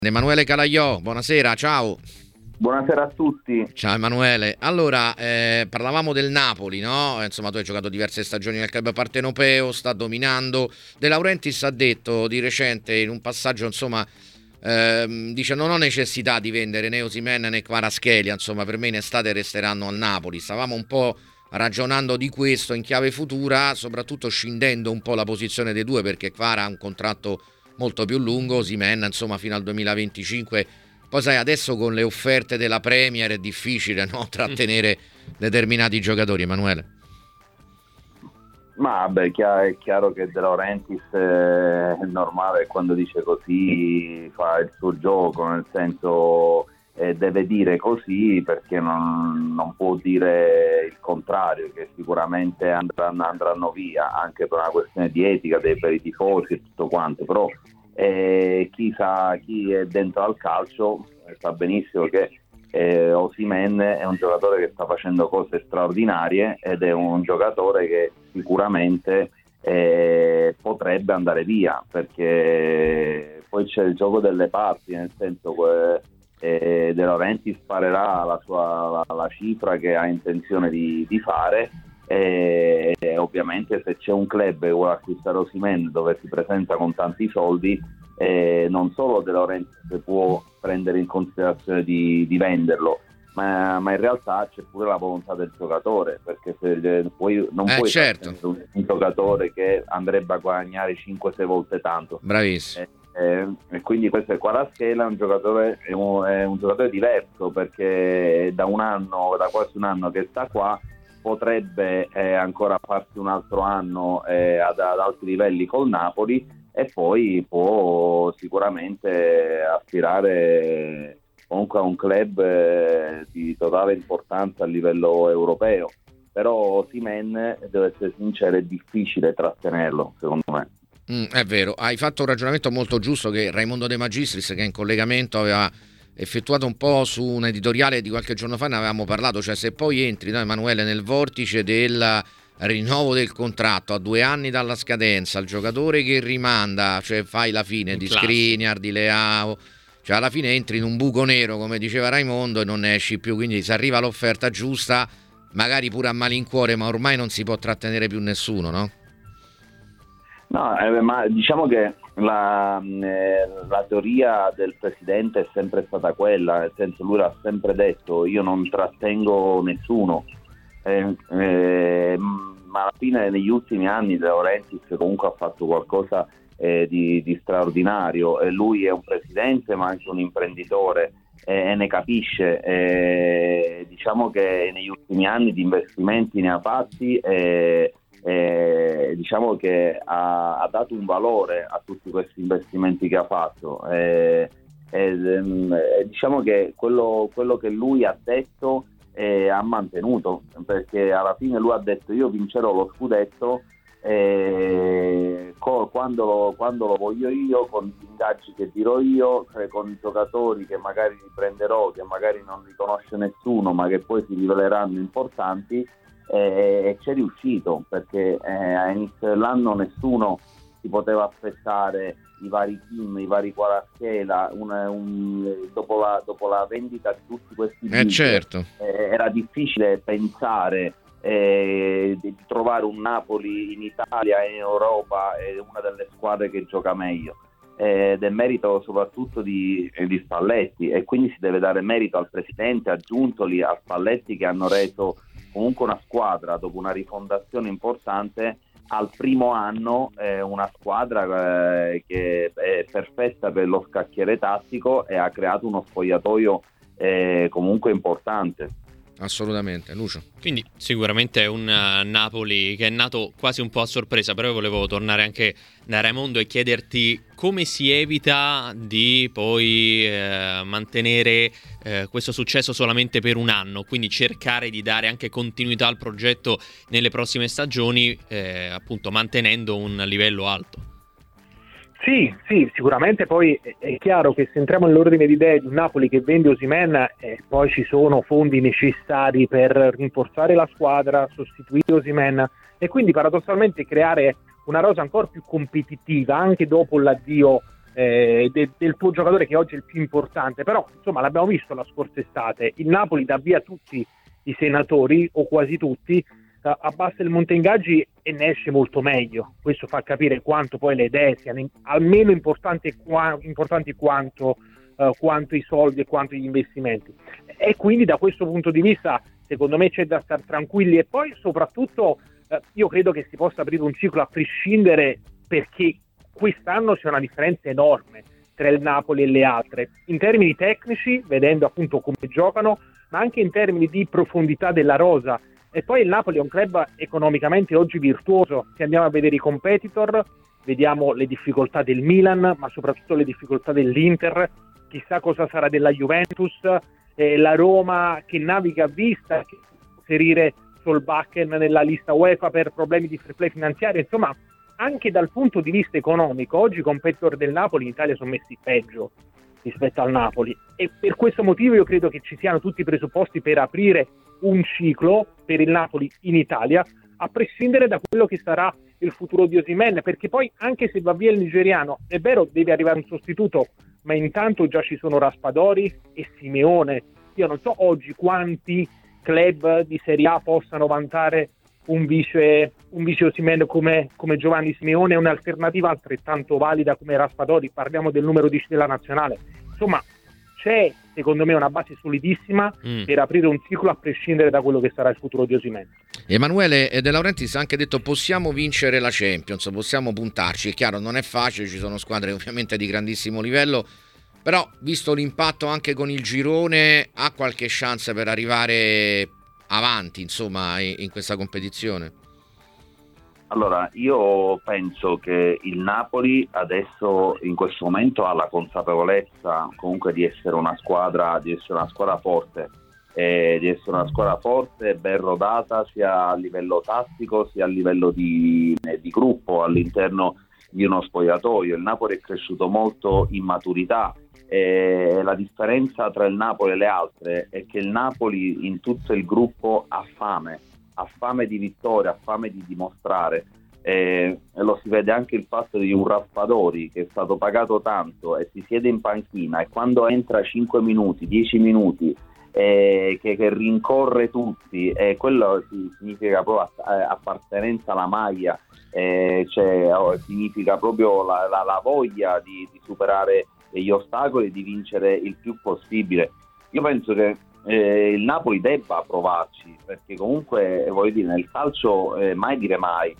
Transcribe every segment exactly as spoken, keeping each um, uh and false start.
Emanuele Calaiò, buonasera, ciao. Buonasera a tutti. Ciao Emanuele. Allora, eh, parlavamo del Napoli, no? Insomma, tu hai giocato diverse stagioni nel club partenopeo, sta dominando. De Laurentiis ha detto di recente in un passaggio, insomma, ehm, dice non ho necessità di vendere né Osimhen né Kvaratskhelia, insomma, per me in estate resteranno al Napoli. Stavamo un po' ragionando di questo in chiave futura, soprattutto scindendo un po' la posizione dei due, perché Kvara ha un contratto molto più lungo, Osimhen insomma fino al duemilaventicinque. Poi sai, adesso con le offerte della Premier è difficile, no, trattenere determinati giocatori, Emanuele. Ma beh, è chiaro che De Laurentiis è normale, quando dice così fa il suo gioco, nel senso eh, deve dire così perché non, non può dire il contrario, che sicuramente andranno, andranno via, anche per una questione di etica dei, per i tifosi e tutto quanto, però eh, chi sa, chi è dentro al calcio sa benissimo che eh, Osimhen è un giocatore che sta facendo cose straordinarie ed è un giocatore che sicuramente eh, potrebbe andare via, perché poi c'è il gioco delle parti, nel senso che eh, De Laurentiis sparerà la, sua, la, la cifra che ha intenzione di, di fare e, e ovviamente se c'è un club che vuole acquistare Osimhen dove si presenta con tanti soldi, eh, non solo De Laurentiis può prendere in considerazione di, di venderlo, ma, ma in realtà c'è pure la volontà del giocatore, perché se puoi, non eh, puoi certo. un, un giocatore che andrebbe a guadagnare cinque sei volte tanto. Bravissimo. Eh, eh, e quindi questo è Kvaratskhelia, è un giocatore è un, è un giocatore diverso, perché da un anno, da quasi un anno che sta qua, potrebbe eh, ancora farsi un altro anno eh, ad, ad alti livelli col Napoli e poi può sicuramente aspirare comunque a un club eh, di totale importanza a livello europeo, però Osimhen, devo essere sincero, è difficile trattenerlo, secondo me. Mm, è vero, hai fatto un ragionamento molto giusto che Raimondo De Magistris, che è in collegamento, aveva effettuato un po' su un editoriale di qualche giorno fa, ne avevamo parlato, cioè se poi entri, no, Emanuele, nel vortice del rinnovo del contratto a due anni dalla scadenza, il giocatore che rimanda, cioè fai la fine di Skriniar, di Leao, cioè alla fine entri in un buco nero, come diceva Raimondo, e non ne esci più, quindi se arriva l'offerta giusta, magari pure a malincuore, ma ormai non si può trattenere più nessuno, no? No, eh, ma diciamo che la, eh, la teoria del presidente è sempre stata quella, nel senso lui l'ha sempre detto, io non trattengo nessuno, eh, eh, ma alla fine negli ultimi anni De Laurentiis comunque ha fatto qualcosa eh, di, di straordinario, e lui è un presidente ma anche un imprenditore eh, e ne capisce, eh, diciamo che negli ultimi anni di investimenti ne ha fatti e Eh, diciamo che ha, ha dato un valore a tutti questi investimenti che ha fatto e, e, e diciamo che quello, quello che lui ha detto eh, ha mantenuto, perché alla fine lui ha detto io vincerò lo scudetto eh, co- quando, lo, quando lo voglio io, con gli ingaggi che dirò io, cioè con i giocatori che magari riprenderò, che magari non li conosce nessuno ma che poi si riveleranno importanti. E c'è riuscito, perché eh, a inizio dell'anno nessuno si poteva aspettare i vari Kim, i vari Kvaratskhelia, un, un, dopo, la, dopo la vendita di tutti questi eh certo. eh, era difficile pensare eh, di trovare un Napoli in Italia e in Europa, è una delle squadre che gioca meglio, ed è merito soprattutto di, di Spalletti, e quindi si deve dare merito al presidente, a Giuntoli, a Spalletti, che hanno reso comunque una squadra, dopo una rifondazione importante, al primo anno eh, una squadra eh, che è perfetta per lo scacchiere tattico e ha creato uno spogliatoio eh, comunque importante. Assolutamente, Lucio. Quindi sicuramente è un uh, Napoli che è nato quasi un po' a sorpresa, però io volevo tornare anche da Raimondo e chiederti come si evita di poi eh, mantenere eh, questo successo solamente per un anno, quindi cercare di dare anche continuità al progetto nelle prossime stagioni, eh, appunto mantenendo un livello alto. Sì, sì, sicuramente poi è chiaro che se entriamo nell'ordine di idee di un Napoli che vende Osimhen, eh, poi ci sono fondi necessari per rinforzare la squadra, sostituire Osimhen e quindi paradossalmente creare una rosa ancora più competitiva anche dopo l'addio eh, de, del tuo giocatore che oggi è il più importante, però insomma l'abbiamo visto la scorsa estate, il Napoli dà via tutti i senatori o quasi tutti, eh, abbassa il monte ingaggi e ne esce molto meglio. Questo fa capire quanto poi le idee siano in, almeno importanti, qua, importanti quanto, eh, quanto i soldi e quanto gli investimenti, e quindi da questo punto di vista secondo me c'è da stare tranquilli. E poi soprattutto eh, io credo che si possa aprire un ciclo a prescindere, perché quest'anno c'è una differenza enorme tra il Napoli e le altre, in termini tecnici, vedendo appunto come giocano, ma anche in termini di profondità della rosa. E poi il Napoli è un club economicamente oggi virtuoso. Se andiamo a vedere i competitor, vediamo le difficoltà del Milan, ma soprattutto le difficoltà dell'Inter, chissà cosa sarà della Juventus, eh, la Roma che naviga a vista, che può inserire Solbakken nella lista UEFA per problemi di fair play finanziario. Insomma, anche dal punto di vista economico oggi i competitor del Napoli in Italia sono messi peggio rispetto al Napoli, e per questo motivo io credo che ci siano tutti i presupposti per aprire un ciclo per il Napoli in Italia, a prescindere da quello che sarà il futuro di Osimhen, perché poi anche se va via il nigeriano, è vero, deve arrivare un sostituto, ma intanto già ci sono Raspadori e Simeone. Io non so oggi quanti club di Serie A possano vantare un vice un vice Osimhen come, come Giovanni Simeone, un'alternativa altrettanto valida come Raspadori. Parliamo del numero dieci della nazionale. Insomma, c'è secondo me una base solidissima mm. per aprire un ciclo a prescindere da quello che sarà il futuro di Osimhen. Emanuele De Laurentiis ha anche detto possiamo vincere la Champions, possiamo puntarci. È chiaro, non è facile, ci sono squadre ovviamente di grandissimo livello, però visto l'impatto anche con il girone ha qualche chance per arrivare avanti insomma in questa competizione? Allora, io penso che il Napoli adesso in questo momento ha la consapevolezza comunque di essere una squadra, di essere una squadra forte, eh, di essere una squadra forte, ben rodata sia a livello tattico sia a livello di, di gruppo all'interno di uno spogliatoio. Il Napoli è cresciuto molto in maturità. Eh, la differenza tra il Napoli e le altre è che il Napoli in tutto il gruppo ha fame, ha fame di vittoria, ha fame di dimostrare, eh, e lo si vede anche il fatto di un Raspadori che è stato pagato tanto e si siede in panchina, e quando entra cinque minuti, dieci minuti eh, che, che rincorre tutti, e eh, quello significa proprio appartenenza alla maglia, eh, cioè, oh, significa proprio la, la, la voglia di, di superare gli ostacoli e di vincere il più possibile. Io penso che eh, il Napoli debba provarci, perché comunque eh, voglio dire, nel calcio eh, mai dire mai,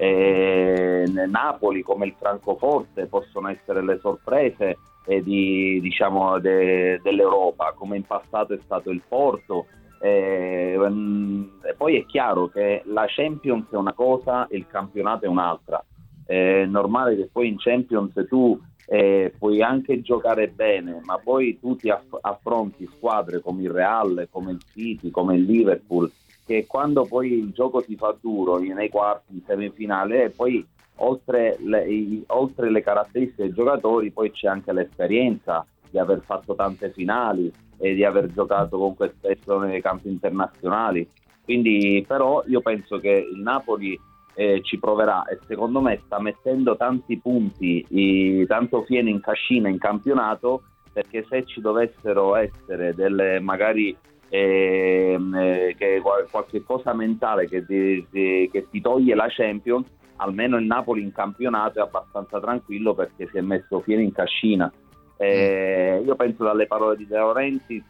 eh, nel Napoli come il Francoforte possono essere le sorprese eh, di, diciamo de, dell'Europa, come in passato è stato il Porto, eh, e poi è chiaro che la Champions è una cosa e il campionato è un'altra. È normale che poi in Champions tu Eh, puoi anche giocare bene, ma poi tu ti aff- affronti squadre come il Real, come il City, come il Liverpool, che quando poi il gioco ti fa duro nei quarti, in semifinale, e poi oltre le, i, oltre le caratteristiche dei giocatori poi c'è anche l'esperienza di aver fatto tante finali e di aver giocato con spesso nei campi internazionali. Quindi però io penso che il Napoli Eh, ci proverà, e secondo me sta mettendo tanti punti, i, tanto fieno in cascina in campionato, perché se ci dovessero essere delle magari eh, eh, che qualche cosa mentale che ti, ti, che ti toglie la Champions, almeno il Napoli in campionato è abbastanza tranquillo perché si è messo fieno in cascina. Eh, io penso dalle parole di De Laurentiis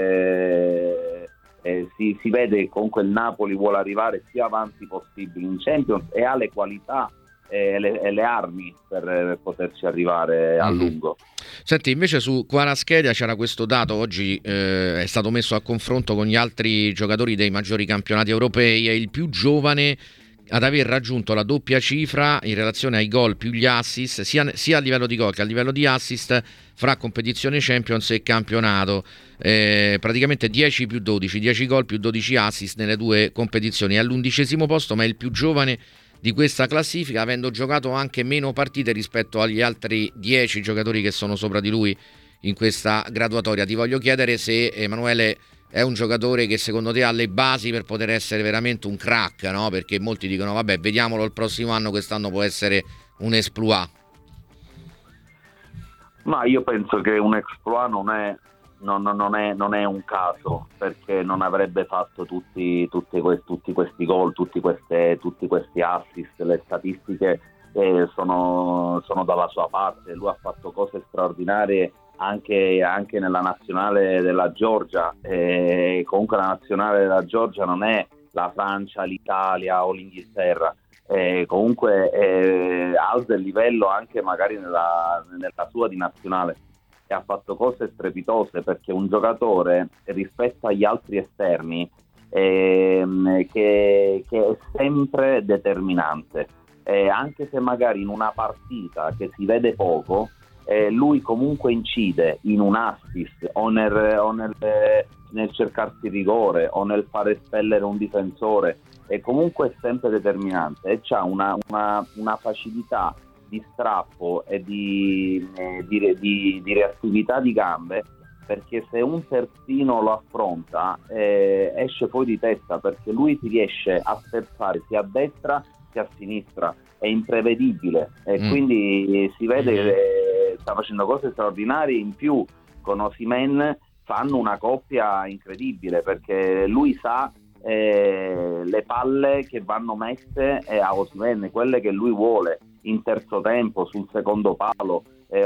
eh, Eh, si, si vede che comunque il Napoli vuole arrivare più avanti possibile in Champions e ha le qualità e le, e le armi per, per poterci arrivare a lungo. Senti, invece su Kvaratskhelia c'era questo dato oggi, eh, è stato messo a confronto con gli altri giocatori dei maggiori campionati europei, è il più giovane ad aver raggiunto la doppia cifra in relazione ai gol più gli assist, sia, sia a livello di gol che a livello di assist fra competizione Champions e campionato. Eh, praticamente dieci più dodici, dieci gol più dodici assist nelle due competizioni. È all'undicesimo posto, ma è il più giovane di questa classifica, avendo giocato anche meno partite rispetto agli altri dieci giocatori che sono sopra di lui in questa graduatoria. Ti voglio chiedere se Emanuele è un giocatore che secondo te ha le basi per poter essere veramente un crack, no? Perché molti dicono vabbè, vediamolo il prossimo anno, quest'anno può essere un exploit. Ma io penso che un exploit non è, non, non è, non è un caso, perché non avrebbe fatto tutti, tutti, questi, tutti questi gol, tutti, queste, tutti questi assist. Le statistiche eh, sono, sono dalla sua parte. Lui ha fatto cose straordinarie anche, anche nella nazionale della Georgia. Eh, comunque la nazionale della Georgia non è la Francia, l'Italia o l'Inghilterra. Eh, comunque eh, alza il livello anche magari nella, nella sua di nazionale, e ha fatto cose strepitose, perché un giocatore rispetto agli altri esterni ehm, che, che è sempre determinante, eh, anche se magari in una partita che si vede poco eh, lui comunque incide in un assist o nel, o nel, nel cercarsi rigore o nel fare espellere un difensore, e comunque è sempre determinante e c'ha una, una, una facilità di strappo e di, eh, di, di, di reattività di gambe, perché se un terzino lo affronta eh, esce poi di testa, perché lui si riesce a sterzare sia a destra che a sinistra, è imprevedibile e mm. quindi si vede che eh, sta facendo cose straordinarie. In più con Osimhen fanno una coppia incredibile, perché lui sa Eh, le palle che vanno messe eh, a Osimhen, quelle che lui vuole in terzo tempo sul secondo palo eh,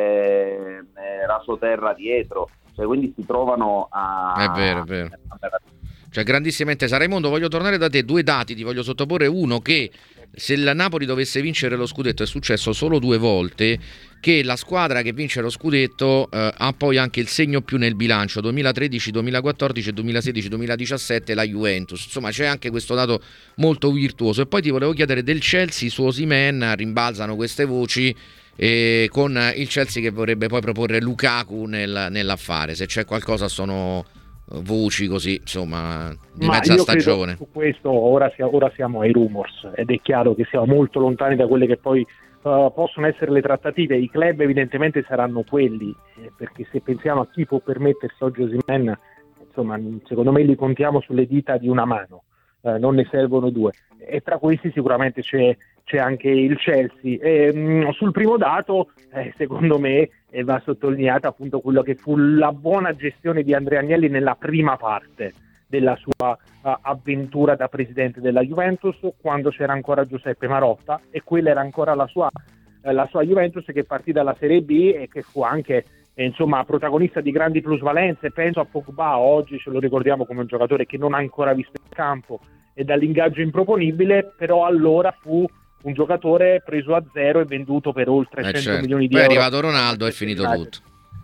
oppure eh, rasoterra dietro, cioè, quindi si trovano a è vero, è vero. Cioè, grandissimamente. Raimondo, voglio tornare da te, due dati ti voglio sottoporre. Uno, che se il Napoli dovesse vincere lo scudetto, è successo solo due volte che la squadra che vince lo scudetto eh, ha poi anche il segno più nel bilancio: duemilatredici, duemilaquattordici, duemilasedici, duemiladiciassette la Juventus. Insomma, c'è anche questo dato molto virtuoso. E poi ti volevo chiedere del Chelsea su Osimhen, rimbalzano queste voci eh, con il Chelsea che vorrebbe poi proporre Lukaku nel, nell'affare. Se c'è qualcosa, sono voci così, insomma, di Ma mezza io stagione. Su questo ora, sia, ora siamo ai rumors ed è chiaro che siamo molto lontani da quelle che poi uh, possono essere le trattative. I club evidentemente saranno quelli, eh, perché se pensiamo a chi può permettersi oggi Osimhen, insomma, secondo me li contiamo sulle dita di una mano, uh, non ne servono due, e tra questi sicuramente c'è, c'è anche il Chelsea. E, mh, sul primo dato eh, secondo me e va sottolineata appunto quello che fu la buona gestione di Andrea Agnelli nella prima parte della sua uh, avventura da presidente della Juventus, quando c'era ancora Giuseppe Marotta, e quella era ancora la sua, uh, la sua Juventus, che partì dalla Serie B e che fu anche eh, insomma protagonista di grandi plusvalenze. Penso a Pogba, oggi ce lo ricordiamo come un giocatore che non ha ancora visto il campo e dall'ingaggio improponibile, però allora fu un giocatore preso a zero e venduto per oltre eh cento certo. milioni di poi euro. Poi è arrivato Ronaldo e è finito tutto.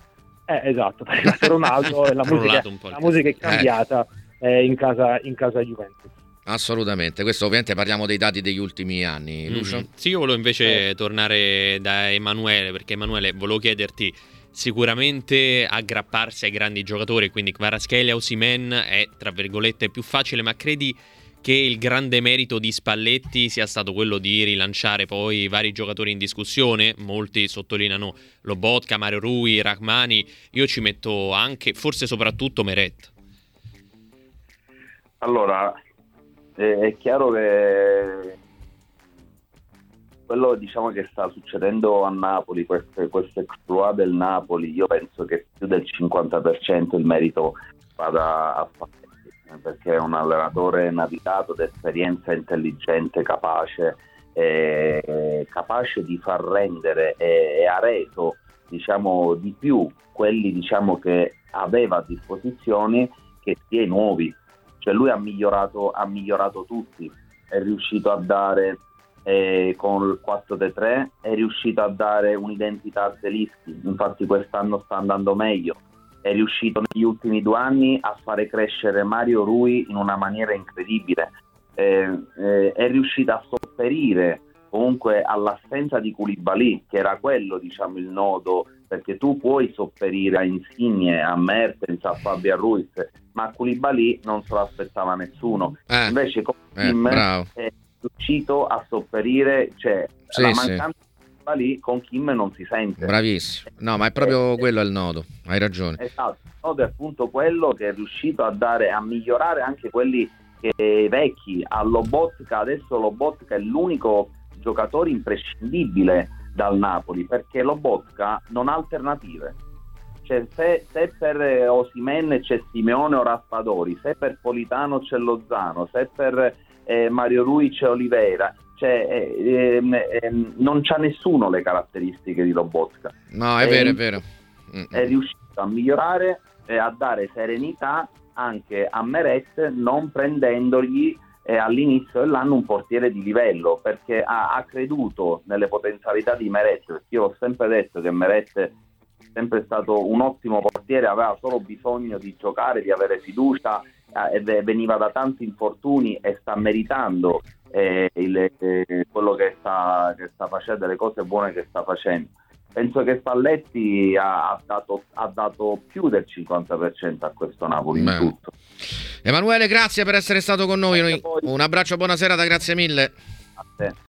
Eh, esatto, è arrivato Ronaldo e la musica, la musica è cambiata eh. in casa in casa Juventus. Assolutamente, questo ovviamente parliamo dei dati degli ultimi anni. Lucio? Mm-hmm. Sì, io volevo invece eh. tornare da Emanuele, perché Emanuele, volevo chiederti, sicuramente aggrapparsi ai grandi giocatori, quindi Kvaratskhelia, Osimhen è tra virgolette più facile, ma credi che il grande merito di Spalletti sia stato quello di rilanciare poi vari giocatori in discussione? Molti sottolineano Lobotka, Mario Rui, Rachmani, io ci metto anche, forse soprattutto, Meret. Allora, eh, è chiaro che quello, diciamo, che sta succedendo a Napoli, questo, questo exploit del Napoli, io penso che più del cinquanta per cento il merito vada a fare, perché è un allenatore navigato d'esperienza, intelligente, capace, eh, capace di far rendere e, e ha reso, diciamo, di più quelli, diciamo, che aveva a disposizione che sia i nuovi. Cioè lui ha migliorato, ha migliorato tutti, è riuscito a dare eh, con il quattro tre tre, è riuscito a dare un'identità a Zelinski, infatti quest'anno sta andando meglio. È riuscito negli ultimi due anni a fare crescere Mario Rui in una maniera incredibile, eh, eh, è riuscito a sopperire comunque all'assenza di Koulibaly, che era quello, diciamo, il nodo, perché tu puoi sopperire a Insigne, a Mertens, a Fabian Ruiz, ma Koulibaly non se lo aspettava nessuno. Eh, Invece con eh, Kim bravo. è riuscito a sopperire, cioè sì, la sì. mancanza lì con Kim non si sente. Bravissimo, no, ma è proprio eh, quello è il nodo, hai ragione. Esatto, il nodo è appunto quello che è riuscito a dare, a migliorare anche quelli che vecchi. A Lobotka, adesso Lobotka è l'unico giocatore imprescindibile dal Napoli, perché Lobotka non ha alternative. Cioè, se, se per Osimhen c'è Simeone o Raspadori, se per Politano c'è Lozano, se per eh, Mario Rui c'è Oliveira, cioè, eh, eh, eh, non c'ha nessuno le caratteristiche di Lobotka. No, è e, vero, è vero. Mm-mm. È riuscito a migliorare e a dare serenità anche a Meret, non prendendogli eh, all'inizio dell'anno un portiere di livello, perché ha, ha creduto nelle potenzialità di Meret, perché io ho sempre detto che Meret è sempre stato un ottimo portiere, aveva solo bisogno di giocare, di avere fiducia, eh, veniva da tanti infortuni e sta meritando eh, il, eh, quello che sta, che sta facendo, le cose buone che sta facendo. Penso che Spalletti ha, ha, dato, ha dato più del cinquanta per cento a questo Napoli in tutto. Emanuele, grazie per essere stato con noi. Un abbraccio, buona serata, grazie mille. A te.